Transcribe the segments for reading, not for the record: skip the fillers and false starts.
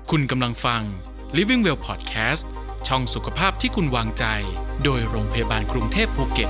คุณกำลังฟัง Living Well Podcast ช่องสุขภาพที่คุณวางใจโดยโรงพยาบาลกรุงเทพภูเก็ต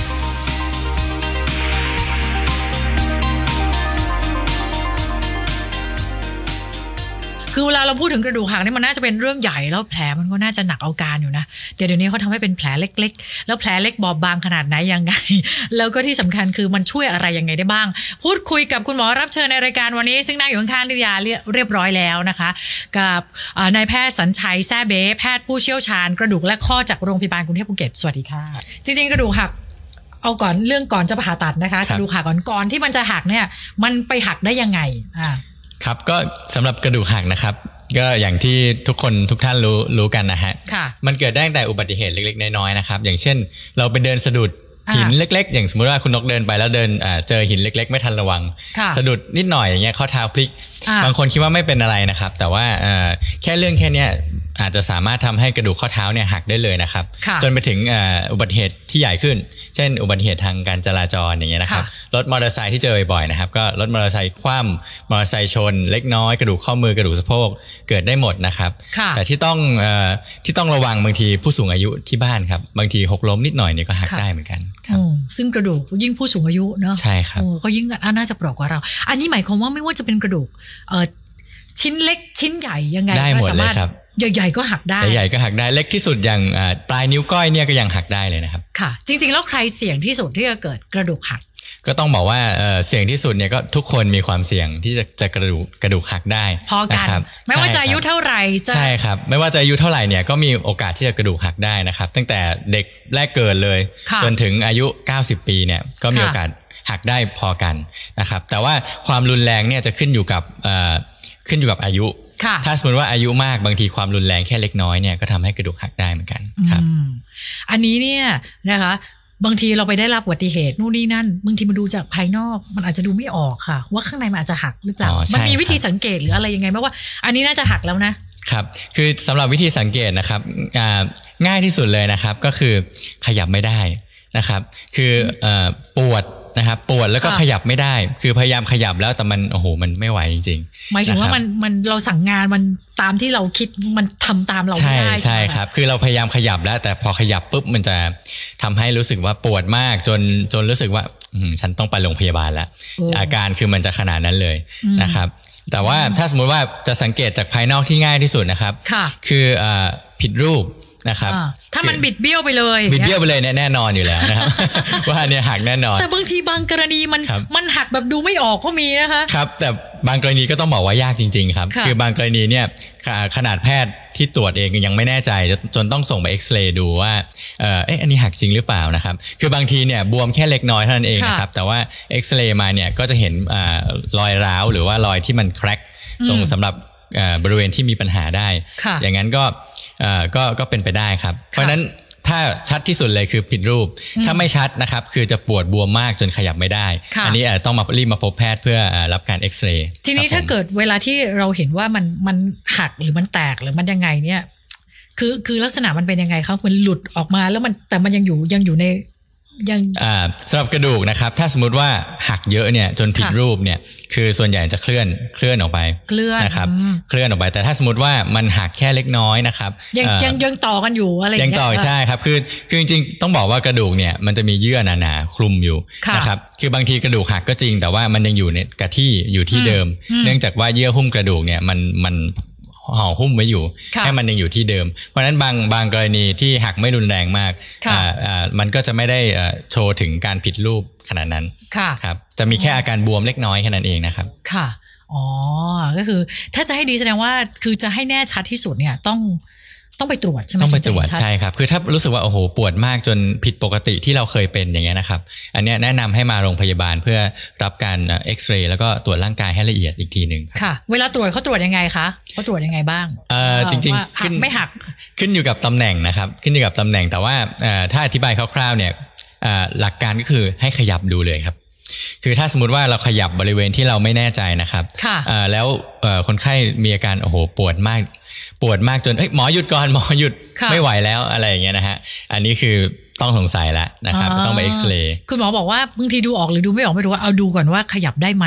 คือเวลาเราพูดถึงกระดูกหักนี่มันน่าจะเป็นเรื่องใหญ่แล้วแผลมันก็น่าจะหนักเอาการอยู่นะเดี๋ยวนี้เขาทำให้เป็นแผลเล็กๆแล้วแผลเล็กบอบบางขนาดไหนยังไงแล้วก็ที่สำคัญคือมันช่วยอะไรยังไงได้บ้างพูดคุยกับคุณหมอรับเชิญในรายการวันนี้ซึ่งนั่งอยู่ข้างๆนิตยาเรียบร้อยแล้วนะคะกับนายแพทย์สัญชัยแซ่เบ้แพทย์ผู้เชี่ยวชาญกระดูกและข้อจากโรงพยาบาลกรุงเทพภูเก็ตสวัสดีค่ะจริงๆกระดูกหักเอาก่อนเรื่องก่อนจะผ่าตัดนะคะกระดูกหักก่อนที่มันจะหักเนี่ยมันไปหักได้ยังไงครับก็สำหรับกระดูกหักนะครับก็อย่างที่ทุกท่านรู้กันนะฮะมันเกิดได้ตั้งแต่อุบัติเหตุเล็กๆน้อยๆนะครับอย่างเช่นเราไปเดินสะดุดหินเล็กๆอย่างสมมติว่าคุณนกเดินไปแล้วเจอหินเล็กๆไม่ทันระวังสะดุดนิดหน่อยอย่างเงี้ยข้อเท้าพลิกบางคนคิดว่าไม่เป็นอะไรนะครับแต่ว่าแค่เรื่องแค่นี้อาจจะสามารถทำให้กระดูกข้อเท้าเนี่ยหักได้เลยนะครับจนไปถึงอุบัติเหตุที่ใหญ่ขึ้นเช่นอุบัติเหตุทางการจราจรอย่างเงี้ยนะครับรถมอเตอร์ไซค์ที่เจอบ่อยๆนะครับก็รถมอเตอร์ไซค์คว่ำมอเตอร์ไซค์ชนเล็กน้อยกระดูกข้อมือกระดูกสะโพกเกิดได้หมดนะครับแต่ที่ต้องระวังบางทีผู้สูงอายุที่บ้านครับบางทีหกล้มนิดหน่อยเนี่ยก็หักได้เหมือนกันครับซึ่งกระดูกยิ่งผู้สูงอายุเนาะใช่ครับก็ยิ่งน่าจะเปราะกว่าเราอันนี้หมายความว่าไม่ว่าจะเป็นกระดูกชิ้นเล็กชิ้นใหญ่ยังไงก็สามารถใหญ่ๆก็หักได้ใหญ่ๆก็หักได้เล็กที่สุดอย่างปลายนิ้วก้อยเนี่ยก็ยังหักได้เลยนะครับค่ะจริงๆแล้วใครเสี่ยงที่สุดที่จะเกิดกระดูกหักก็ต้องบอกว่าเสี่ยงที่สุดเนี่ยก็ทุกคนมีความเสี่ยงที่จะกระดูกหักได้พอกันไม่ว่าจะอายุเท่าไหร่ใช่ครับไม่ว่าจะอายุเท่าไหร่เนี่ยก็มีโอกาสที่จะกระดูกหักได้นะครับตั้งแต่เด็กแรกเกิดเลยจนถึงอายุ90ปีเนี่ยก็มีโอกาสหักได้พอกันนะครับแต่ว่าความรุนแรงเนี่ยจะขึ้นอยู่กับอายุถ้าสมมติว่าอายุมากบางทีความรุนแรงแค่เล็กน้อยเนี่ยก็ทำให้กระดูกหักได้เหมือนกันครับอันนี้เนี่ยนะคะบางทีเราไปได้รับอุบัติเหตุนู่นนี่นั่นบางทีมันดูจากภายนอกมันอาจจะดูไม่ออกค่ะว่าข้างในมันอาจจะหักหรือเปล่ามันมีวิธีสังเกตหรืออะไรยังไงไหมว่าอันนี้น่าจะหักแล้วนะครับคือสำหรับวิธีสังเกตนะครับง่ายที่สุดเลยนะครับก็คือขยับไม่ได้นะครับคือปวดนะครับปวดแล้วก็ขยับไม่ได้คือพยายามขยับแล้วแต่มันโอ้โหมันไม่ไหวจริงๆหมายถึงว่ามันเราสั่งงานมันตามที่เราคิดมันทำตามเราไม่ได้ใช่ครับคือเราพยายามขยับแล้วแต่พอขยับปุ๊บมันจะทำให้รู้สึกว่าปวดมากจนรู้สึกว่าฉันต้องไปโรงพยาบาลแล้วอาการคือมันจะขนาดนั้นเลยนะครับแต่ว่าถ้าสมมติว่าจะสังเกตจากภายนอกที่ง่ายที่สุดนะครับคือผิดรูปนะครับถ้ามันบิดเบี้ยวไปเลยแน่นอนอยู่แล้วนะครับว่าเนี่ยหักแน่นอนแต่บางทีบางกรณีมันหักแบบดูไม่ออกก็มีนะคะครับแต่บางกรณีก็ต้องบอกว่ายากจริงๆครับคือบางกรณีเนี่ยขนาดแพทย์ที่ตรวจเองยังไม่แน่ใจจนต้องส่งไปเอ็กซเรย์ดูว่าอันนี้หักจริงหรือเปล่านะครับคือบางทีเนี่ยบวมแค่เล็กน้อยเท่านั้นเองนะครับแต่ว่าเอ็กซเรย์มาเนี่ยก็จะเห็นรอยร้าวหรือว่ารอยที่มันแคร็กตรงสำหรับบริเวณที่มีปัญหาได้อย่างนั้นก็เป็นไปได้ครับเพราะฉะนั้นถ้าชัดที่สุดเลยคือผิดรูปถ้าไม่ชัดนะครับคือจะปวดบวมมากจนขยับไม่ได้อันนี้ต้องรีบมาพบแพทย์เพื่อรับการเอ็กซเรย์ทีนี้ถ้าเกิดเวลาที่เราเห็นว่ามันหักหรือมันแตกหรือมันยังไงเนี่ยคือลักษณะมันเป็นยังไงครับมันหลุดออกมาแล้วแต่มันยังอยู่ในสำหรับกระดูกนะครับถ้าสมมติว่าหักเยอะเนี่ยจนผิดรูปเนี่ยคือส่วนใหญ่จะเคลื่อนออกไปนะครับเคลื่อนออกไปแต่ถ้าสมมติว่ามันหักแค่เล็กน้อยนะครับยังต่อกันอยู่อะไรอย่างเงี้ยยังต่อใช่ครับคือจริงๆต้องบอกว่ากระดูกเนี่ยมันจะมีเยื่อหนาๆคลุมอยู่นะครับคือบางทีกระดูกหักก็จริงแต่ว่ามันยังอยู่ในกับที่อยู่ที่เดิมเนื่องจากว่าเยื่อหุ้มกระดูกเนี่ยมันห่อหุ้มไว้อยู่ให้มันยังอยู่ที่เดิมเพราะฉะนั้นบางกรณีที่หักไม่รุนแรงมากมันก็จะไม่ได้โชว์ถึงการผิดรูปขนาดนั้นครับจะมีแค่อาการบวมเล็กน้อยแค่นั้นเองนะครับค่ะอ๋อก็คือถ้าจะให้ดีแสดงว่าคือจะให้แน่ชัดที่สุดเนี่ยต้องไปตรวจใช่ไหมต้องไปตรวจใช่ครับคือถ้ารู้สึกว่าโอ้โหปวดมากจนผิดปกติที่เราเคยเป็นอย่างเงี้ยนะครับอันนี้แนะนำให้มาโรงพยาบาลเพื่อรับการเอ็กซเรย์แล้วก็ตรวจร่างกายให้ละเอียดอีกทีนึงค่ะเวลาตรวจเขาตรวจยังไงคะเขาตรวจยังไงบ้างจริงๆหักไม่หักขึ้นอยู่กับตำแหน่งนะครับขึ้นอยู่กับตำแหน่งแต่ว่าถ้าอธิบายคร่าวๆเนี่ยหลักการก็คือให้ขยับดูเลยครับคือถ้าสมมติว่าเราขยับบริเวณที่เราไม่แน่ใจนะครับแล้วคนไข้มีอาการโอ้โหปวดมากจนหมอหยุดก่อนหมอหยุดไม่ไหวแล้วอะไรอย่างเงี้ยนะฮะอันนี้คือต้องสงสัยแล้วนะครับต้องไปเอ็กซเรย์คุณหมอบอกว่าบางทีดูออกหรือดูไม่ออกไม่รู้ว่าเอาดูก่อนว่าขยับได้ไหม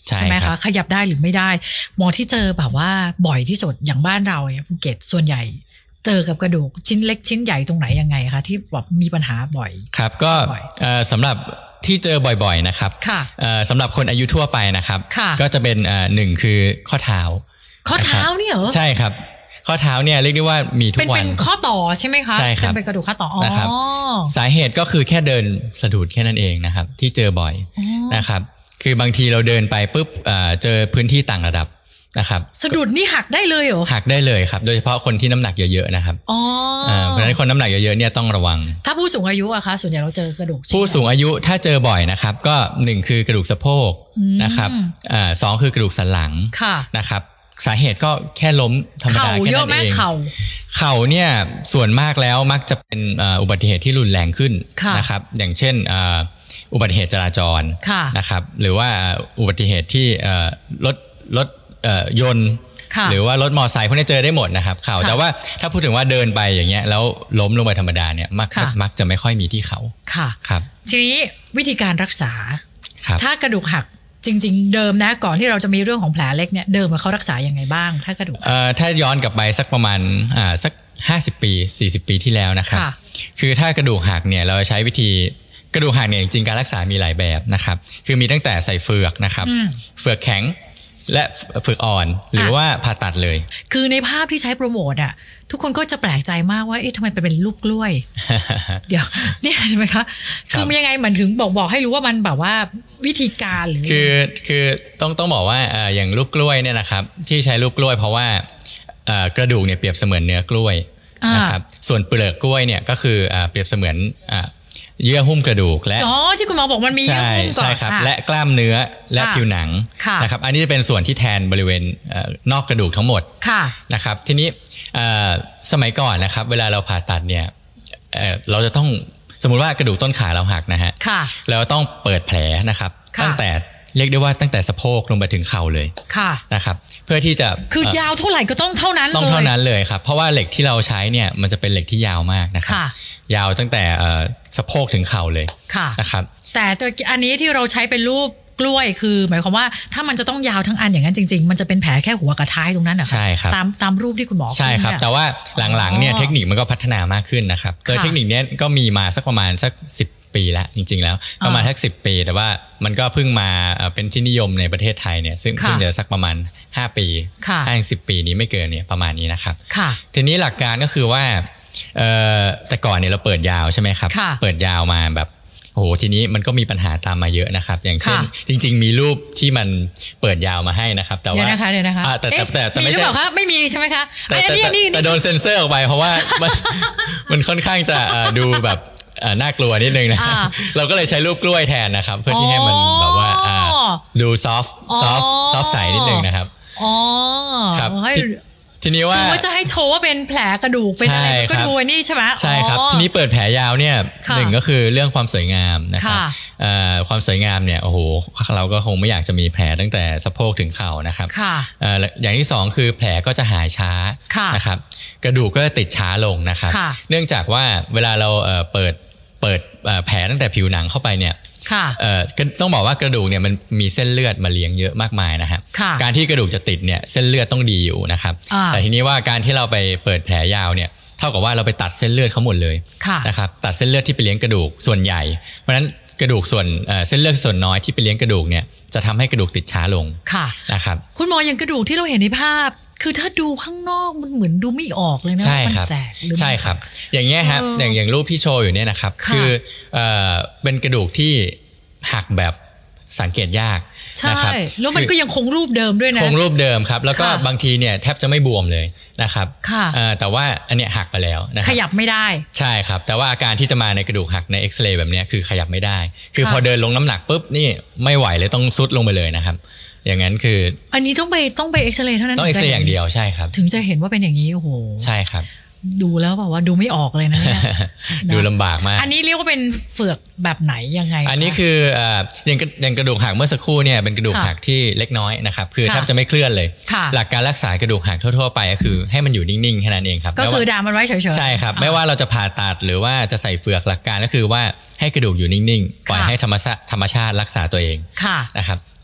ใช่ไหมคะขยับได้หรือไม่ได้หมอที่เจอแบบว่าบ่อยที่สุดอย่างบ้านเราเนี่ยภูเก็ตส่วนใหญ่เจอกับกระดูกชิ้นเล็กชิ้นใหญ่ตรงไหนยังไงคะที่แบบมีปัญหาบ่อยครับก็สำหรับที่เจอบ่อยๆนะครับสำหรับคนอายุทั่วไปนะครับก็จะเป็นหนึ่งคือข้อเท้าเนี่ยเหรอใช่ครับข้อเท้าเนี่ยเรียกได้ว่ามีทุกวันเป็นข้อต่อใช่ไหมคะใช่ครับเป็นกระดูกข้อต่อนะครับสาเหตุก็คือแค่เดินสะดุดแค่นั้นเองนะครับที่เจอบ่อยนะครับคือบางทีเราเดินไปปุ๊บเจอพื้นที่ต่างระดับนะครับสะดุดนี่หักได้เลยเหรอหักได้เลยครับโดยเฉพาะคนที่น้ำหนักเยอะๆนะครับเพราะฉะนั้นคนน้ำหนักเยอะๆเนี่ยต้องระวังถ้าผู้สูงอายุอะคะส่วนใหญ่เราเจอกระดูกผู้สูงอายุถ้าเจอบ่อยนะครับก็1คือกระดูกสะโพกนะครับ2คือกระดูกสันหลังนะครับสาเหตุก็แค่ล้มธรรมดาแค่นั้นเองเข่าเนี่ยส่วนมากแล้วมักจะเป็นอุบัติเหตุที่รุนแรงขึ้นนะครับอย่างเช่นอุบัติเหตุจราจรนะครับหรือว่าอุบัติเหตุที่รถยนต์หรือว่ารถมอเตอร์ไซค์พวกนี้เจอได้หมดนะครับเข่าแต่ว่าถ้าพูดถึงว่าเดินไปอย่างเงี้ยแล้วล้มลงไปธรรมดาเนี่ยมักจะไม่ค่อยมีที่เข่าครับทีนี้วิธีการรักษาถ้ากระดูกหักจริงๆเดิมนะก่อนที่เราจะมีเรื่องของแผลเล็กเนี่ยเดิมเขารักษายังไงบ้างถ้ากระดูกถ้าย้อนกลับไปสักประมาณสัก50ปี40ปีที่แล้วนะครับคือถ้ากระดูกหักเนี่ยเราใช้วิธีกระดูกหักเนี่ยจริงๆการรักษามีหลายแบบนะครับคือมีตั้งแต่ใส่เฟือกนะครับเฟือกแข็งและเฟือกอ่อนหรือว่าผ่าตัดเลยคือในภาพที่ใช้โปรโมทอ่ะทุกคนก็จะแปลกใจมากว่าเอ๊ะทำไมเป็นลูกกล้วย เดี๋ยวนี่เห็นไหมคะคือมันยังไงเหมือนถึงบอกให้รู้ว่ามันแบบว่าวิธีการหรือคือต้องบอกว่าอย่างลูกกล้วยเนี่ยนะครับที่ใช้ลูกกล้วยเพราะว่ากระดูกเนี่ยเปรียบเสมือนเนื้อกล้วยนะครับส่วนเปลือกกล้วยเนี่ยก็คือเปรียบเสมือนเยื่อหุ้มกระดูกและที่คุณหมอบอกมันมีเยื่อหุ้มก่อนใช่ครับและกล้ามเนื้อและผิวหนังนะครับอันนี้จะเป็นส่วนที่แทนบริเวณนอกกระดูกทั้งหมดนะครับทีนี้สมัยก่อนนะครับเวลาเราผ่าตัดเนี่ยเราจะต้องสมมุติว่ากระดูกต้นขาเราหักนะฮะเราต้องเปิดแผลนะครับตั้งแต่เรียกได้ว่าตั้งแต่สะโพกลงไปถึงเข่าเลยนะครับเพื่อที่จะคือยาวเท่าไหร่ก็ต้องเท่านั้นเลยต้องเท่านั้นเลยครับเพราะว่าเหล็กที่เราใช้เนี่ยมันจะเป็นเหล็กที่ยาวมากนะครับยาวตั้งแต่สะโพกถึงเข่าเลยนะครับแต่อันนี้ที่เราใช้เป็นรูปกล้วยคือหมายความว่าถ้ามันจะต้องยาวทั้งอันอย่างนั้นจริงๆมันจะเป็นแผลแค่หัวกับท้ายตรงนั้นใช่ครับตามรูปที่คุณหมอใช่ครับแต่ว่าหลังๆเนี่ยเทคนิคมันก็พัฒนามากขึ้นนะครับโดยเทคนิคนี้ก็มีมาสักประมาณสัก10ปีแล้วจริงๆแล้วประมาณสัก10ปีแต่ว่ามันก็เพิ่งมาเป็นที่นิยมในประเทศไทยเนี่ยซึ่งเพิ่งจะสักประมาณ5ปี10ปีนี้ไม่เกินเนี่ยประมาณนี้นะครับทีนี้หลักการก็คือว่าแต่ก่อนเนี่ยเราเปิดยาวใช่ไหมครับเปิดยาวมาแบบโอ้โหทีนี้มันก็มีปัญหาตามมาเยอะนะครับอย่างเช่นจริงๆมีรูปที่มันเปิดยาวมาให้นะครับแต่ว่าเดี๋ยวนะคะแต่ไม่ใช่ไม่มีใช่ไหมคะแต่โดนเซ็นเซอร์ออกไปเพราะว่ามันค่อนข้างจะดูแบบน่ากลัวนิดนึงนะเราก็เลยใช้รูปกล้วยแทนนะครับเพื่อที่ให้มันแบบว่าดูซอฟต์ใสนิดนึงนะครับครับทีนี้ว่าจะให้โชว์ว่าเป็นแผลกระดูกเป็นอะไรก็ดูนี่ใช่ไหมใช่ครับทีนี้เปิดแผลยาวเนี่ยหนึ่งก็คือเรื่องความสวยงามนะครับความสวยงามเนี่ยโอ้โหเราก็คงไม่อยากจะมีแผลตั้งแต่สะโพกถึงเข่านะครับอย่างที่2คือแผลก็จะหายช้านะครับกระดูกก็จะติดช้าลงนะครับเนื่องจากว่าเวลาเราเปิดแผลตั้งแต่ผิวหนังเข้าไปเนี่ยต้องบอกว่ากระดูกเนี่ยมันมีเส้นเลือดมาเลี้ยงเยอะมากมายนะฮะการที่กระดูกจะติดเนี่ยเส้นเลือดต้องดีอยู่นะครับแต่ทีนี้ว่าการที่เราไปเปิดแผลยาวเนี่ยเท่ากับว่าเราไปตัดเส้นเลือดเขาหมดเลยนะครับตัดเส้นเลือดที่ไปเลี้ยงกระดูกส่วนใหญ่เพราะฉะนั้นกระดูกส่วนเส้นเลือดส่วนน้อยที่ไปเลี้ยงกระดูกเนี่ยจะทำให้กระดูกติดช้าลงนะครับคุณหมออย่างกระดูกที่เราเห็นในภาพคือถ้าดูข้างนอกมันเหมือนดูไม่ออกเลยนะมันแสกใช่ครับอย่างเงี้ยครับอย่างรูปที่โชว์อยู่เนี่ยนะครับคือเป็นกระดูกที่หักแบบสังเกตยากนะครับแล้วมันก็ยังคงรูปเดิมด้วยนะคงรูปเดิมครับแล้วก็บางทีเนี่ยแทบจะไม่บวมเลยนะครับแต่ว่าอันเนี้ยหักไปแล้วนะขยับไม่ได้ใช่ครับแต่ว่าอาการที่จะมาในกระดูกหักในเอ็กซเรย์แบบนี้คือขยับไม่ได้คือพอเดินลงน้ำหนักปุ๊บนี่ไม่ไหวเลยต้องซุดลงไปเลยนะครับอย่างนั้นคืออันนี้ต้องไปเอ็กซเรย์เท่านั้นต้องเอ็กซเรย์อย่างเดียวใช่ครับถึงจะเห็นว่าเป็นอย่างนี้โอ้โหใช่ครับดูแล้วแบบว่าดูไม่ออกเลยนะดูลำบากมากอันนี้เรียกว่าเป็นเฟือกแบบไหนยังไงอันนี้คืออย่างกระดูกหักเมื่อสักครู่เนี่ยเป็นกระดูกหักที่เล็กน้อยนะครับคือแทบจะไม่เคลื่อนเลยหลักการรักษากระดูกหักทั่วๆไปก็คือให้มันอยู่นิ่งๆแค่นั้นเองครับก็คือดามมันไว้เฉยๆใช่ครับไม่ว่าเราจะผ่าตัดหรือว่าจะใส่เฟือกหลักการก็คือว่าให้กระดูกอยู่นิ่งๆปล่อยให้ธรรมชาติรักษาตัวเองนะครับ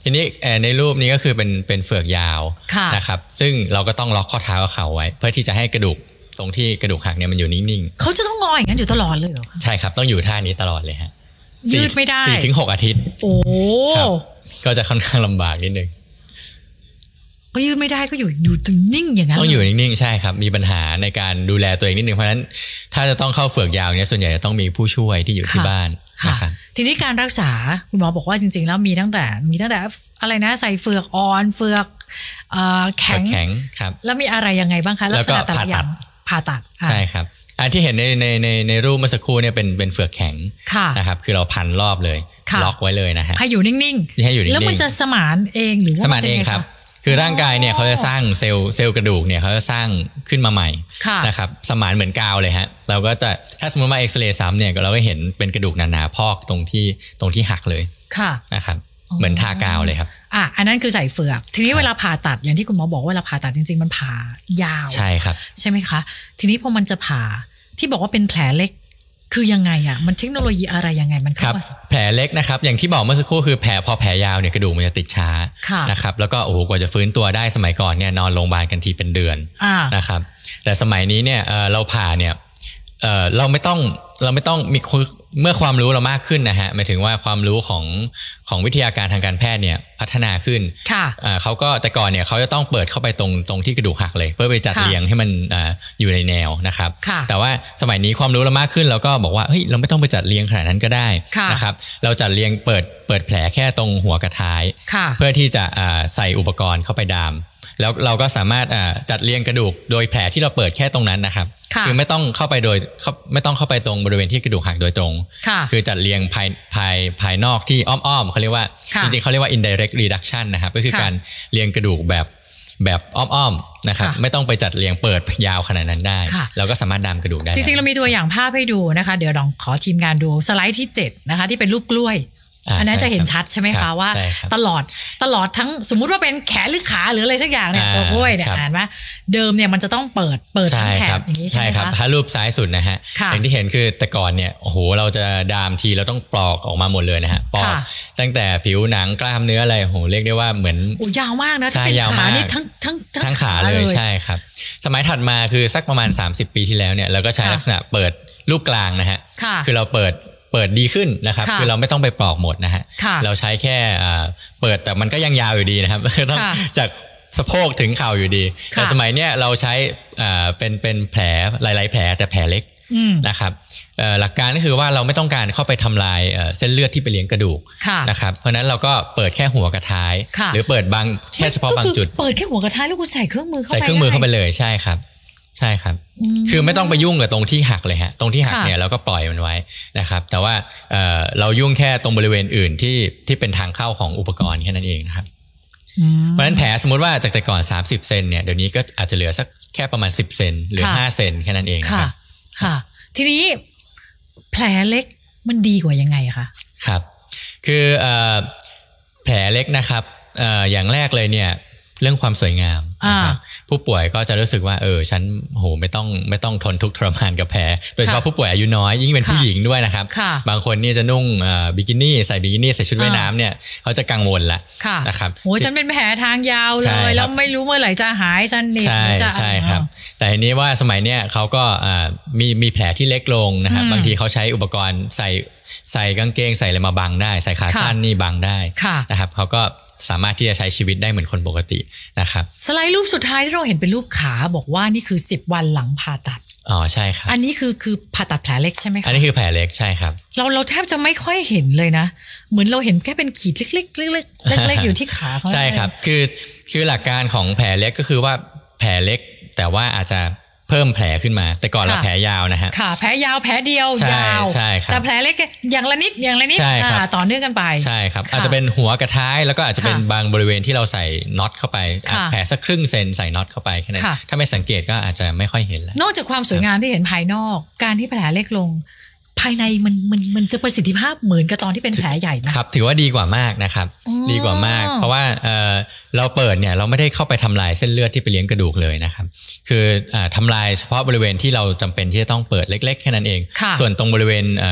ทีนี้ในรูปนี้ก็คือเป็นเฟือกยาวนะครับซึ่งเราก็ต้องล็อกข้อเท้ากับเข่าไว้เพื่อที่จะให้กระดูกตรงที่กระดูกหักเนี่ยมันอยู่นิ่งๆเขาจะต้องงออย่างนั้นอยู่ตลอดเลยเหรอใช่ครับต้องอยู่ท่านี้ตลอดเลยฮะยืดไม่ได้ 4-6 อาทิตย์โอ้ก็จะค่อนข้างลำบากนิดนึงก็ยืดไม่ได้ก็อยู่นิ่งอย่างนั้นต้องอยู่นิ่งๆใช่ครับมีปัญหาในการดูแลตัวเองนิดนึงเพราะฉะนั้นถ้าจะต้องเข้าเฟือกยาวเนี่ยส่วนใหญ่จะต้องมีผู้ช่วยที่อยู่ที่บ้านค่ะทีนี้การรักษาคุณหมอบอกว่าจริงๆแล้วมีตั้งแต่อะไรนะใส่เฟือกอ่อนเฟือกแข็งครับแล้วมีอะไรยังไงบ้างคะลักษณะแต่ละอย่างผ่าตัดใช่ครับอันที่เห็นในรูปเมื่อสักครู่เนี่ยเป็นเฟือกแข็งนะครับคือเราพันรอบเลยล็อกไว้เลยนะฮะให้อยู่นิ่งๆแล้วมันจะสมานเองหรือว่าสมานเองครับคือร่างกายเนี่ยเขาจะสร้างเซลล์กระดูกเนี่ยเขาจะสร้างขึ้นมาใหม่นะครับสมานเหมือนกาวเลยฮะเราก็จะถ้าสมมติมาเอ็กซเรย์ซ้ำเนี่ยเราก็เห็นเป็นกระดูกหนาๆพอกตรงที่หักเลยนะครับเหมือนทากาวเลยครับอันนั้นคือใส่เฟือกทีนี้เวลาผ่าตัดอย่างที่คุณหมอบอกเวลาผ่าตัดจริงๆมันผ่ายาวใช่ครับใช่ไหมคะทีนี้พอมันจะผ่าที่บอกว่าเป็นแผลเล็กคือยังไงอ่ะมันเทคโนโลยีอะไรยังไงมันครับแผลเล็กนะครับอย่างที่บอกเมื่อสักครู่คือพอแผลยาวเนี่ยกระดูกมันจะติดช้านะครับแล้วก็โอ้โหกว่าจะฟื้นตัวได้สมัยก่อนเนี่ยนอนโรงพยาบาลกันทีเป็นเดือนนะครับแต่สมัยนี้เนี่ยเราผ่าเนี่ยเราไม่ต้องมีเมื่อความรู้เรามากขึ้นนะฮะหมายถึงว่าความรู้ของวิทยาการทางการแพทย์เนี่ยพัฒนาขึ้นเขาก็แต่ก่อนเนี่ยเขาจะต้องเปิดเข้าไปตรงที่กระดูกหักเลยเพื่อไปจัดเรียงให้มันอยู่ในแนวนะครับแต่ว่าสมัยนี้ความรู้เรามากขึ้นเราก็บอกว่าเฮ้ยเราไม่ต้องไปจัดเรียงขนาดนั้นก็ได้นะครับเราจัดเรียงเปิดแผลแค่ตรงหัวกระท้ายเพื่อที่จะใส่อุปกรณ์เข้าไปดามแล้วเราก็สามารถจัดเรียงกระดูกโดยแผลที่เราเปิดแค่ตรงนั้นนะครับคือไม่ต้องเข้าไปไม่ต้องเข้าไปตรงบริเวณที่กระดูกหักโดยตรงคือจัดเรียงภายนอกที่อ้อมเขาเรียกว่าจริงๆเขาเรียกว่า indirect reduction นะครับก็คือการเรียงกระดูกแบบอ้อมนะครับไม่ต้องไปจัดเรียงเปิดยาวขนาดนั้นได้เราก็สามารถดามกระดูกได้จริงๆเรามีตัวอย่างภาพให้ดูนะคะเดี๋ยวลองขอทีมงานดูสไลด์ที่7นะคะที่เป็นรูปกล้วยอันนั้นจะเห็นชัดใช่ไหมคะว่าตลอดทั้งสมมุติว่าเป็นแขนหรือขาหรืออะไรสักอย่างเนี่ยตัวกล้วยเนี่ยอ่านว่าเดิมเนี่ยมันจะต้องเปิดทั้งแขนอย่างนี้ใช่ไหมคะถ้ารูปซ้ายสุดนะฮะอย่างที่เห็นคือแต่ก่อนเนี่ยโอ้โหเราจะดามทีเราต้องปลอกออกมาหมดเลยนะฮะปลอกตั้งแต่ผิวหนังกล้ามเนื้ออะไรโหเรียกได้ว่าเหมือนยาวมากนะถ้าเป็นขานี่ทั้งขาเลยใช่ครับสมัยถัดมาคือสักประมาณ30 ปีที่แล้วเนี่ยเราก็ใช้ลักษณะเปิดรูปกลางนะฮะคือเราเปิดดีขึ้นนะครับคือเราไม่ต้องไปปลอกหมดนะฮะเราใช้แค่เปิดแต่มันก็ยังยาวอยู่ดีนะครับต้องจากสะโพกถึงเข่าอยู่ดีแต่สมัยเนี้ยเราใช้เป็นแผลหลายๆแผลแต่แผลเล็กนะครับหลักการก็คือว่าเราไม่ต้องการเข้าไปทำลายเส้นเลือดที่ไปเลี้ยงกระดูกนะครับเพราะนั้นเราก็เปิดแค่หัวกระท้ายหรือเปิดบางแค่เฉพาะบางจุดเปิดแค่หัวกระท้ายแล้วคุณใส่เครื่องมือเข้าไปเลยใช่ครับคือไม่ต้องไปยุ่งกับตรงที่หักเลยฮะตรงที่หักเนี่ยเราก็ปล่อยมันไว้นะครับแต่ว่าเรายุ่งแค่ตรงบริเวณอื่นที่เป็นทางเข้าของอุปกรณ์แค่นั้นเองนะครับเพราะฉะนั้นแผลสมมติว่าจากแต่ก่อน30 เซนเนี่ยเดี๋ยวนี้ก็อาจจะเหลือสักแค่ประมาณ10 เซนหรือ5 เซนแค่นั้นเองนะครับค่ะทีนี้แผลเล็กมันดีกว่ายังไงคะครับคือแผลเล็กนะครับอย่างแรกเลยเนี่ยเรื่องความสวยงามนะครับผู้ป่วยก็จะรู้สึกว่าฉันโหไม่ต้องทนทุกข์ทรมานกับแผลโดยเฉพาะผู้ป่วยอายุน้อยยิ่งเป็นผู้หญิงด้วยนะครับบางคนนี่จะนุ่งบิกินี่ใส่บิกินี่ใส่ชุดว่ายน้ำเนี่ยเขาจะกังวลละนะครับโหฉันเป็นแผลทางยาวเลยแล้วไม่รู้เมื่อไหร่จะหายสนิทใช่ครับแต่ทีนี้ว่าสมัยเนี้ยเขาก็มีแผลที่เล็กลงนะครับบางทีเขาใช้อุปกรณ์ใส่กางเกงใส่อะไรมาบังได้ใส่ขาสั้นนี่บังได้นะครับเขาก็สามารถที่จะใช้ชีวิตได้เหมือนคนปกตินะครับสไลด์รูปสุดท้ายที่เราเห็นเป็นรูปขาบอกว่านี่คือ10 วันหลังผ่าตัดใช่ครับอันนี้คือผ่าตัดแผลเล็กใช่ไหมคะอันนี้คือแผลเล็กใช่ครับเราแทบจะไม่ค่อยเห็นเลยนะเหมือนเราเห็นแค่เป็นขีดเล็กๆอยู่ที่ขาเขาใช่ครับคือหลักการของแผลเล็กก็คือว่าแผลเล็กแต่ว่าอาจจะเพิ่มแผลขึ้นมาแต่ก่อนเราแผลยาวนะฮะค่ะแผลยาวแผลเดียวยาวแต่แผลเล็กอย่างละนิดต่อเนื่องกันไปใช่ครับอาจจะเป็นหัวกระท้ายแล้วก็อาจจะเป็นบางบริเวณที่เราใส่น็อตเข้าไปแผลสักครึ่งเซนใส่น็อตเข้าไปแค่นั้นถ้าไม่สังเกตก็อาจจะไม่ค่อยเห็นแล้วนอกจากความสวยงามที่เห็นภายนอกการที่แผลเล็กลงภายในมันจะประสิทธิภาพเหมือนกับตอนที่เป็นแผลใหญ่ไหมครับถือว่าดีกว่ามากนะครับดีกว่ามากเพราะว่าเราเปิดเนี่ยเราไม่ได้เข้าไปทำลายเส้นเลือดที่ไปเลี้ยงกระดูกเลยนะครับคือทำลายเฉพาะบริเวณที่เราจำเป็นที่จะต้องเปิดเล็กๆแค่นั้นเองส่วนตรงบริเวณ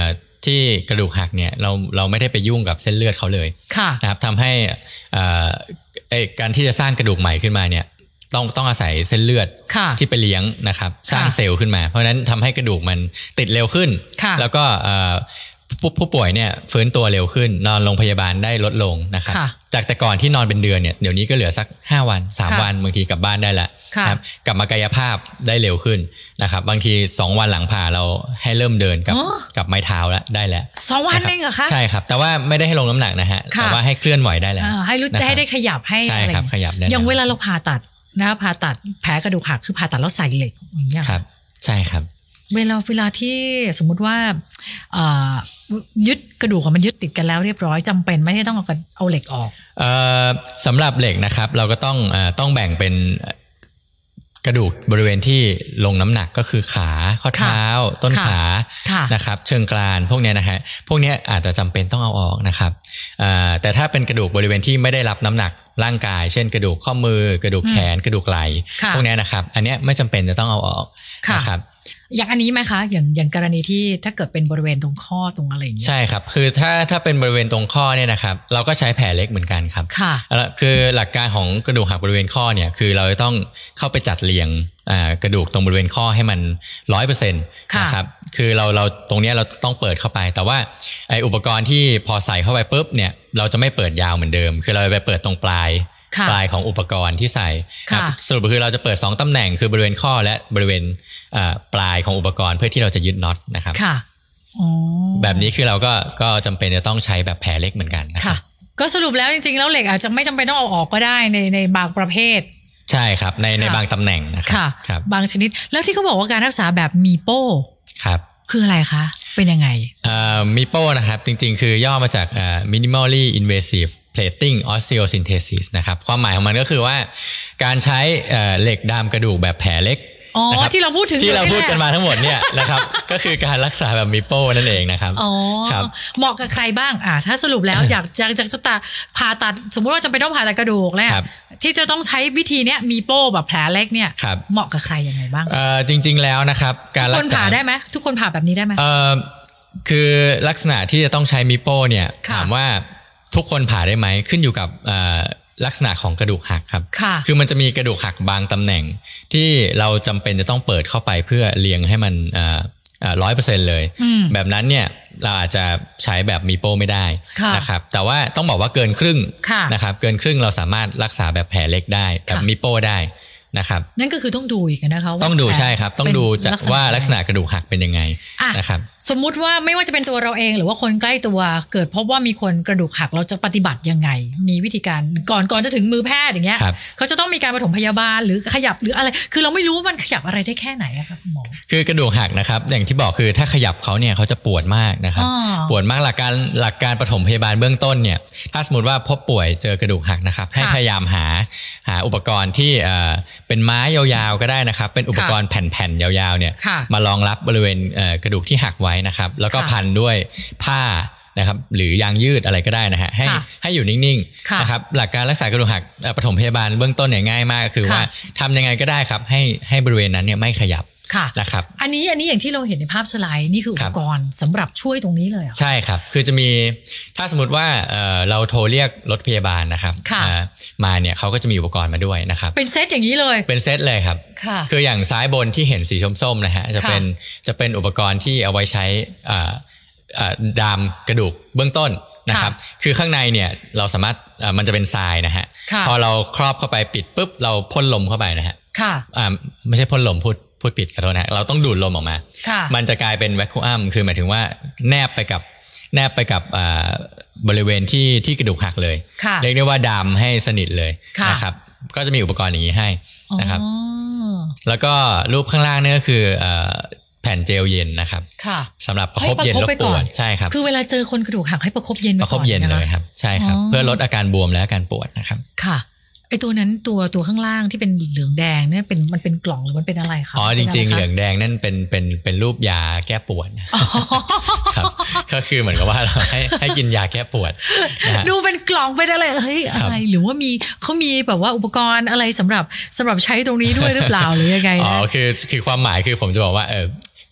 ที่กระดูกหักเนี่ยเราไม่ได้ไปยุ่งกับเส้นเลือดเขาเลยนะครับทำให้การที่จะสร้างกระดูกใหม่ขึ้นมาเนี่ยต้องอาศัยเส้นเลือดที่ไปเลี้ยงนะครับสร้างเซลล์ขึ้นมาเพราะฉะนั้นทำให้กระดูกมันติดเร็วขึ้นแล้วก็ผู้ป่วยเนี่ยฟื้นตัวเร็วขึ้นนอนโรงพยาบาลได้ลดลงนะครับจากแต่ก่อนที่นอนเป็นเดือนเนี่ยเดี๋ยวนี้ก็เหลือสัก5วัน3วันบางทีกลับบ้านได้แล้วนะครับกลับมากายภาพได้เร็วขึ้นนะครับบางที2วันหลังผ่าเราให้เริ่มเดินกับไม้เท้าแล้วได้แล้ว 2วันเองเหรอคะใช่ครับแต่ว่าไม่ได้ให้ลงน้ำหนักนะฮะแต่ว่าให้เคลื่อนไหวได้แล้วให้รู้ได้ขยับให้ใช่ครับขยับได้อย่างเวลาเราผ่าตัดนะผ่าตัดแผลกระดูกหักคือผ่าตัดแล้วใส่เหล็กอย่างเงี้ยครับใช่ครับเวลาที่สมมุติว่ายึดกระดูกมันยึดติดกันแล้วเรียบร้อยจำเป็นไม่ได้ต้องเอาเหล็กออกสำหรับเหล็กนะครับเราก็ต้องแบ่งเป็นกระดูกบริเวณที่ลงน้ำหนักก็คือขาข้อเท้าต้นขานะครับเชิงกรานพวกนี้นะฮะพวกนี้อาจจะจำเป็นต้องเอาออกนะครับแต่ถ้าเป็นกระดูกบริเวณที่ไม่ได้รับน้ำหนักร่างกายเช่นกระดูกข้อมือกระดูกแขนกระดูกไหล่พวกนี้นะครับอันนี้ไม่จำเป็นจะต้องเอาออกนะครับอย่างอันนี้ไหมคะอย่างกรณีที่ถ้าเกิดเป็นบริเวณตรงข้อตรงอะไรอย่างเงี้ยใช่ครับคือถ้าเป็นบริเวณตรงข้อเนี่ยนะครับเราก็ใช้แผลเล็กเหมือนกันครับค่ะคือหลักการของกระดูกหักบริเวณข้อเนี่ยคือเราจะต้องเข้าไปจัดเรียงกระดูกตรงบริเวณข้อให้มัน 100% นะครับคือเราตรงนี้เราต้องเปิดเข้าไปแต่ว่าไออุปกรณ์ที่พอใส่เข้าไปปุ๊บเนี่ยเราจะไม่เปิดยาวเหมือนเดิมคือเราไปเปิดตรงปลายของอุปกรณ์ที่ใส่สรุปคือเราจะเปิด2ตำแหน่งคือบริเวณข้อและบริเวณปลายของอุปกรณ์เพื่อที่เราจะยึดน็อตนะครับแบบนี้คือเราก็จำเป็นจะต้องใช้แบบแผลเล็กเหมือนกันนะครับก็สรุปแล้วจริงๆแล้วเหล็กอาจจะไม่จำเป็นต้องเอาออกก็ได้ในบางประเภทใช่ครับในบางตำแหน่งนะครับบางชนิดแล้วที่เขาบอกว่าการรักษาแบบมีโป้ครับคืออะไรคะเป็นยังไงมีโป้นะครับจริงๆคือย่อมาจากminimally invasive plating osteosynthesis นะครับความหมายของมันก็คือว่าการใช้เหล็กดามกระดูกแบบแผลเล็กที่เราพูดถึงที่เราพูดกันมาทั้งหมดเนี่ยนะครับก็คือการรักษาแบบมีโป้นั่นเองนะครับครับเหมาะกับใครบ้างถ้าสรุปแล้วอยากจะผ่าตัดสมมติว่าจะไปต้องผ่าตัดกระดูกแล้วที่จะต้องใช้วิธีเนี้ยมีโป้แบบแผลเล็กเนี่ยเหมาะกับใครยังไงบ้างจริงๆแล้วนะครับการรักษาทุกคนผ่าได้ไหมทุกคนผ่าแบบนี้ได้ไหมคือลักษณะที่จะต้องใช้มีโป้เนี่ยถามว่าทุกคนผ่าได้ไหมขึ้นอยู่กับลักษณะของกระดูกหักครับคือมันจะมีกระดูกหักบางตำแหน่งที่เราจำเป็นจะต้องเปิดเข้าไปเพื่อเรียงให้มัน100% เลยแบบนั้นเนี่ยเราอาจจะใช้แบบมีโป้ไม่ได้นะครับแต่ว่าต้องบอกว่าเกินครึ่งนะครับเกินครึ่งเราสามารถรักษาแบบแผลเล็กได้แบบมีโป้ได้นะครับนั่นก็คือต้องดูอีกนะคะต้องดูใช่ครับต้องดูจากว่าลักษณะกระดูกหักเป็นยังไงนะครับสมมุติว่าไม่ว่าจะเป็นตัวเราเองหรือว่าคนใกล้ตัวเกิดพบว่ามีคนกระดูกหักเราจะปฏิบัติยังไงมีวิธีการก่อนจะถึงมือแพทย์อย่างเงี้ยเขาจะต้องมีการปฐมพยาบาลหรือขยับหรืออะไรคือเราไม่รู้ว่ามันขยับอะไรได้แค่ไหนอะครับคุณหมอคือกระดูกหักนะครับอย่างที่บอกคือถ้าขยับเขาเนี่ยเขาจะปวดมากนะครับปวดมากหลักการปฐมพยาบาลเบื้องต้นเนี่ยถ้าสมมติว่าพบป่วยเจอกระดูกหักนะครับให้พยายามหาอุปกรณ์ที่เป็นไม้ยาวๆก็ได้นะครับเป็นอุปกรณ์แผ่นๆยาวๆเนี่ยมารองรับบริเวณกระดูกที่หักไว้นะครับแล้วก็พันด้วยผ้านะครับหรือยางยืดอะไรก็ได้นะฮะให้อยู่นิ่งๆนะครับหลักการรักษากระดูกหักปฐมพยาบาลเบื้องต้นเนี่ยง่ายมากก็คือว่าทำยังไงก็ได้ครับให้บริเวณนั้นเนี่ยไม่ขยับนะครับอันนี้อย่างที่เราเห็นในภาพสไลด์นี่คืออุปกรณ์สำหรับช่วยตรงนี้เลยใช่ครับคือจะมีถ้าสมมติว่าเราโทรเรียกรถพยาบาลนะครับมาเนี่ยเขาก็จะมีอุปกรณ์มาด้วยนะครับเป็นเซตอย่างนี้เลยเป็นเซตเลยครับคืออย่างซ้ายบนที่เห็นสีส้มๆนะฮะจะเป็นอุปกรณ์ที่เอาไว้ใช้ดามกระดูกเบื้องต้นนะครับคือข้างในเนี่ยเราสามารถมันจะเป็นทรายนะฮะพอเราครอบเข้าไปปิดปุ๊บเราพ่นลมเข้าไปนะฮะไม่ใช่พ่นลมพูดปิดขอโทษนะเราต้องดูดลมออกมามันจะกลายเป็นแวคคูอัมคือหมายถึงว่าแนบไปกับบริเวณที่กระดูกหักเลยเรียกได้ว่าดามให้สนิทเลยนะครับก็จะมีอุปกรณ์อย่างนี้ให้นะครับแล้วก็รูปข้างล่างนี่ก็คือแผ่นเจลเย็นนะครับสำหรับประคบเย็นลดปวดใช่ครับคือเวลาเจอคนกระดูกหักให้ประคบเย็นประคบเย็นเลยครับใช่ครับเพื่อลดอาการบวมและอาการปวดนะครับค่ะไอตัวนั้นตัวข้างล่างที่เป็นเหลืองแดงเนี่ยมันเป็นกล่องหรือมันเป็นอะไรคะจริงๆเหลืองแดงนั่นเป็นรูปยาแก้ปวดครับก็คือเหมือนกับว่าเราให้กินยาแก้ปวดดูเป็นกล่องเป็นอะไรอะไรหรือว่าเขามีแบบว่าอุปกรณ์อะไรสำหรับใช้ตรงนี้ด้วยหรือเปล่าหรือยังไงคือความหมายคือผมจะบอกว่า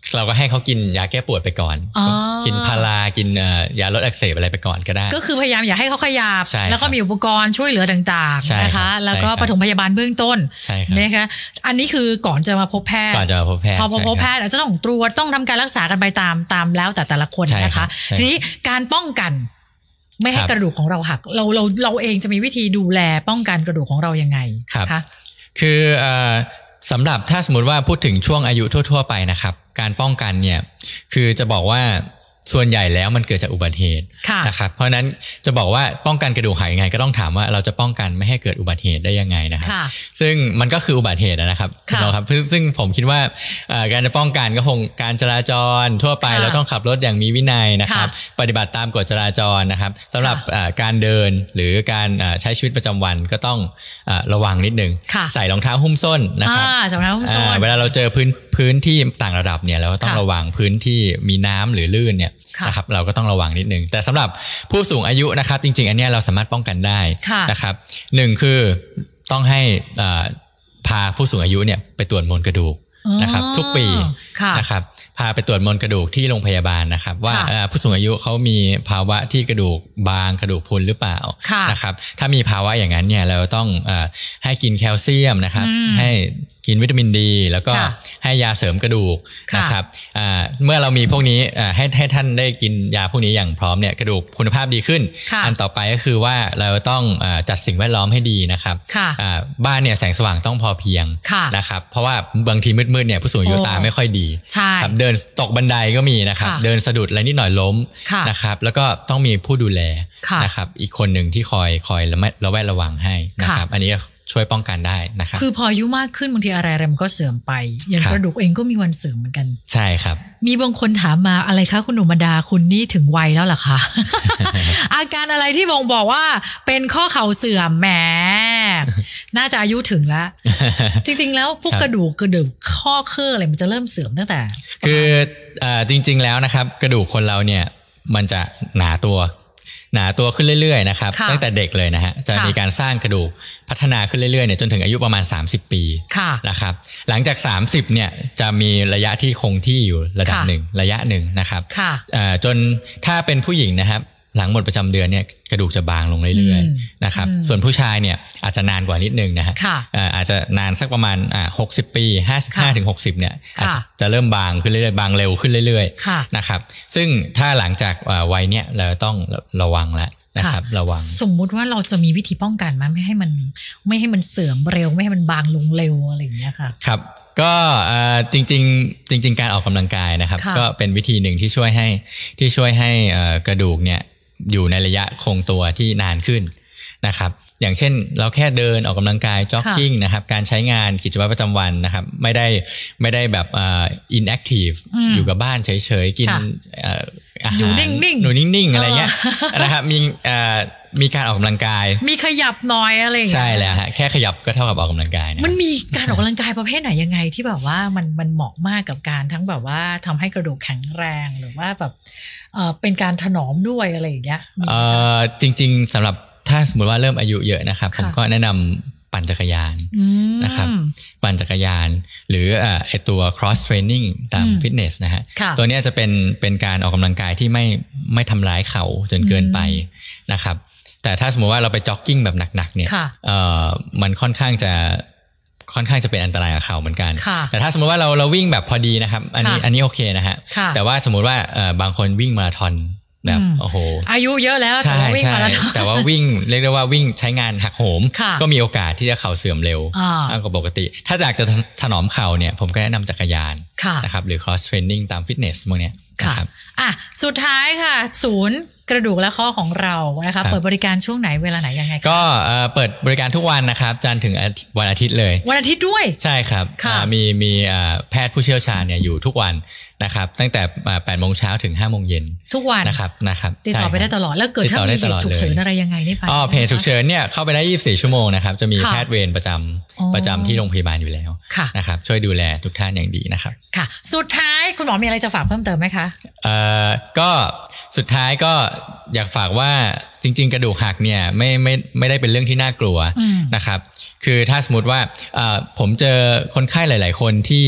เราก็ให้เขากินยาแก้ปวดไปก่อนกินพารากินยาลดอักเสบอะไรไปก่อนก็ได้ก็คือพยายามอย่าให้เขาขยับแล้วก็มีอุปกรณ์ช่วยเหลือต่างๆนะคะแล้วก็ปฐมพยาบาลเบื้องต้นนะคะอันนี้คือก่อนจะมาพบแพทย์พอพบแพทย์อาจจะต้องตรวจต้องทำการรักษากันไปตามแล้วแต่ละคนนะคะทีนี้การป้องกันไม่ให้กระดูกของเราหักเราเองจะมีวิธีดูแลป้องกันกระดูกของเรายังไงคะคือสำหรับถ้าสมมติว่าพูดถึงช่วงอายุทั่วๆไปนะครับการป้องกันเนี่ยคือจะบอกว่าส่วนใหญ่แล้วมันเกิดจากอุบัติเหตุนะครับเพราะนั้นจะบอกว่าป้องกันกระดูกหักยังไงก็ต้องถามว่าเราจะป้องกันไม่ให้เกิดอุบัติเหตุได้ยังไงนะครับซึ่งมันก็คืออุบัติเหตุนะครับครับซึ่งผมคิดว่าการจะป้องกันก็คงการจราจรทั่วไปเราต้องขับรถอย่างมีวินัยนะครับปฏิบัติตามกฎจราจรนะครับสำหรับการเดินหรือการใช้ชีวิตประจำวันก็ต้องระวังนิดนึงใส่รองเท้าหุ้มส้นนะครับเวลาเราเจอพื้นที่ต่างระดับเนี่ยเราก็ต้องระวังพื้นที่มีน้ำหรือลื่นเนี่ยนะครับเราก็ต้องระวังนิดนึงแต่สำหรับผู้สูงอายุนะครับจริงๆอันนี้เราสามารถป้องกันได้นะครับหนึ่งคือต้องให้พาผู้สูงอายุเนี่ยไปตรวจมวลกระดูกนะครับทุกปีนะครับพาไปตรวจมวลกระดูกที่โรงพยาบาลนะครับว่าผู้สูงอายุเขามีภาวะที่กระดูกบางกระดูกพรุนหรือเปล่านะครับถ้ามีภาวะอย่างนั้นเนี่ยเราต้องให้กินแคลเซียมนะครับให้กินวิตามินดีแล้วก็ให้ยาเสริมกระดูกนะครับเมื่อเรามีพวกนี้ให้ท่านได้กินยาพวกนี้อย่างพร้อมเนี่ยกระดูกคุณภาพดีขึ้นอันต่อไปก็คือว่าเราต้องจัดสิ่งแวดล้อมให้ดีนะครับบ้านเนี่ยแสงสว่างต้องพอเพียงนะครับเพราะว่าบางทีมืดๆเนี่ยผู้สูงอายุตาไม่ค่อยดีครับเดินตกบันไดก็มีนะครับเดินสะดุดอะไรนิดหน่อยล้มนะครับแล้วก็ต้องมีผู้ดูแลนะครับอีกคนหนึ่งที่คอยระแวดระวังให้นะครับอันนี้ช่วยป้องกันได้นะครับคือพออายุมากขึ้นบางทีอะไรมันก็เสื่อมไปอย่างกระดูกเองก็มีวันเสื่อมเหมือนกันใช่ครับมีบางคนถามมาอะไรคะคุณหนุ่มดาคุณนี่ถึงวัยแล้วเหรอคะ อาการอะไรที่บ่งบอกว่าเป็นข้อเข่าเสื่อมแหมน่าจะอายุถึงแล้ว จริงๆแล้วพวกกระดูกข้อเคลื่อนอะไรมันจะเริ่มเสื่อมตั้งแต่คือจริงๆแล้วนะครับกระดูกคนเราเนี่ยมันจะหนาตัวขึ้นเรื่อยๆนะครับตั้งแต่เด็กเลยนะฮะจะมีการสร้างกระดูกพัฒนาขึ้นเรื่อยๆเนี่ยจนถึงอายุประมาณ30ปีนะครับหลังจาก30เนี่ยจะมีระยะที่คงที่อยู่ระดับหนึ่งระยะหนึ่งนะครับจนถ้าเป็นผู้หญิงนะครับหลังหมดประจำเดือนเนี่ยกระดูกจะบางลงเรื่อยๆนะครับส่วนผู้ชายเนี่ยอาจจะนานกว่านิดนึงนะฮะอาจจะนานสักประมาณ60ปี55ถึง60เนี่ยอาจจะเริ่มบางขึ้นเรื่อยๆบางเร็วขึ้นเรื่อยๆนะครับซึ่งถ้าหลังจากวัยเนี่ยเราต้องระวังแล้วนะครับระวังสมมุติว่าเราจะมีวิธีป้องกันมั้ยไม่ให้มันเสื่อมเร็วไม่ให้มันบางลงเร็วอะไรอย่างเงี้ยค่ะครับก็จริงการออกกำลังกายนะครับก็เป็นวิธีหนึ่งที่ช่วยให้กระดูกเนี่ยอยู่ในระยะคงตัวที่นานขึ้นนะครับอย่างเช่นเราแค่เดินออกกำลังกายจ็อกกิ้งนะครับการใช้งานกิจวัตรประจำวันนะครับไม่ได้แบบinactive อยู่กับบ้านเฉยๆกินอาหารอยู่นิ่งๆอะไรเงี้ยนะครับมีการออกกำลังกายมีขยับหน่อยอะไรอย่างเงี้ยใช่แล้วฮะแค่ขยับก็เท่ากับออกกำลังกายนะมันมีการออกกำลังกายประเภทไหนยังไงที่แบบว่ามันเหมาะมากกับการทั้งแบบว่าทำให้กระดูกแข็งแรงหรือว่าแบบเป็นการถนอมด้วยอะไรอย่างเงี้ยจริงๆสำหรับถ้าสมมติว่าเริ่มอายุเยอะนะครับผมก็แนะนำปั่นจักรยานนะครับปั่นจักรยานหรือไอตัว cross training ตามฟิตเนสนะฮะตัวนี้จะเป็นการออกกำลังกายที่ไม่ทำร้ายเข่าจนเกินไปนะครับแต่ถ้าสมมติว่าเราไปจ็อกกิ้งแบบหนักๆเนี่ยมันค่อนข้างจะเป็นอันตรายกับเข่าเหมือนกันแต่ถ้าสมมติว่าเราวิ่งแบบพอดีนะครับอันนี้โอเคนะฮะแต่ว่าสมมติว่าบางคนวิ่งมาราธอนแบบโอ้โหอายุเยอะแล้วแต่ว่าวิ่งมาราธอนแต่ว่าวิ่งเรียกได้ว่าวิ่งใช้งานหักโหมก็มีโอกาสที่จะเข่าเสื่อมเร็วมากกว่าปกติถ้าอยากจะถนอมเข่าเนี่ยผมก็แนะนำจักรยานนะครับหรือ cross training ตามฟิตเนสพวกนี้ครับสุดท้ายค่ะศูนย์กระดูกและข้อของเรานะคะเปิดบริการช่วงไหนเวลาไหนยังไงก็เปิดบริการทุกวันนะครับจันทร์ถึงวันอาทิตย์เลยวันอาทิตย์ด้วยใช่ครับมีแพทย์ผู้เชี่ยวชาญเนี่ยอยู่ทุกวันนะครับตั้งแต่ 8:00 น.ถึง 5:00 น. ทุกวันนะครับติดต่อไปได้ตลอดแล้วเกิดถ้ามีเหตุฉุกเฉินอะไรยังไงได้ไปเพจฉุกเฉินเนี่ยเข้าไปได้24ชั่วโมงนะครับจะมีแพทย์เวรประจำที่โรงพยาบาลอยู่แล้วนะครับช่วยดูแลทุกท่านอย่างดีนะครับค่ะสุดท้ายคุณหมอมีอะไรจะฝากเพิ่มเติมไหมคะก็สุดท้ายก็อยากฝากว่าจริงๆกระดูกหักเนี่ยไม่ได้เป็นเรื่องที่น่ากลัวนะครับคือถ้าสมมติว่าผมเจอคนไข้หลายๆคนที่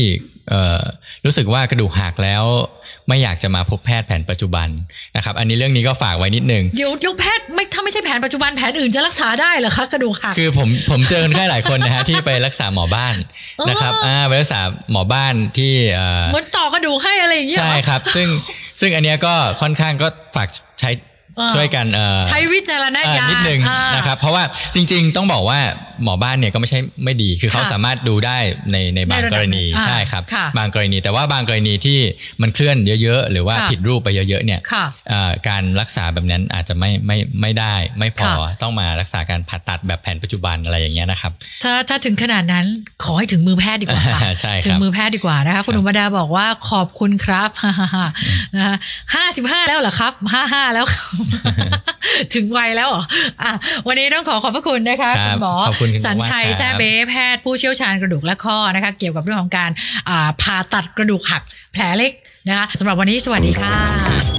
รู้สึกว่ากระดูกหักแล้วไม่อยากจะมาพบแพทย์แผนปัจจุบันนะครับอันนี้เรื่องนี้ก็ฝากไว้นิดนึงเดี๋ยวแพทย์ถ้าไม่ใช่แผนปัจจุบันแผนอื่นจะรักษาได้เหรอคะกระดูกหักคือผมเจอคนไข้หลายคนนะฮะที่ไปรักษาหมอบ้านนะครับไปรักษาหมอบ้านที่เหมือนต่อกระดูกให้อะไรอย่างเงี้ยใช่ครับซึ่งอันเนี้ยก็ค่อนข้างก็ฝากใช้ช่วยกันใช้วิจารณญาณนิดนึงนะครับเพราะว่าจริงๆต้องบอกว่าหมอบ้านเนี่ยก็ไม่ใช่ไม่ดีคือเขาสามารถดูได้ในบางกรณีใช่ครับบางกรณีแต่ว่าบางกรณีที่มันเคลื่อนเยอะๆหรือว่าผิดรูปไปเยอะๆเนี่ยการรักษาแบบนั้นอาจจะไม่ได้ไม่พอต้องมารักษาการผ่าตัดแบบแผนปัจจุบันอะไรอย่างเงี้ยนะครับถ้าถึงขนาดนั้นขอให้ถึงมือแพทย์ดีกว่าถึงมือแพทย์ดีกว่านะคะคุณอุบดาบอกว่าขอบคุณครับนะ55แล้วเหรอครับ55แล้วถึงวัยแล้วเหรอวันนี้ต้องขอบพระคุณนะคะคุณหมอสัญชัยแซ่เบ้แพทย์ผู้เชี่ยวชาญกระดูกและข้อนะคะเกี่ยวกับเรื่องของการผ่าตัดกระดูกหักแผลเล็กนะคะสำหรับวันนี้สวัสดีค่ะ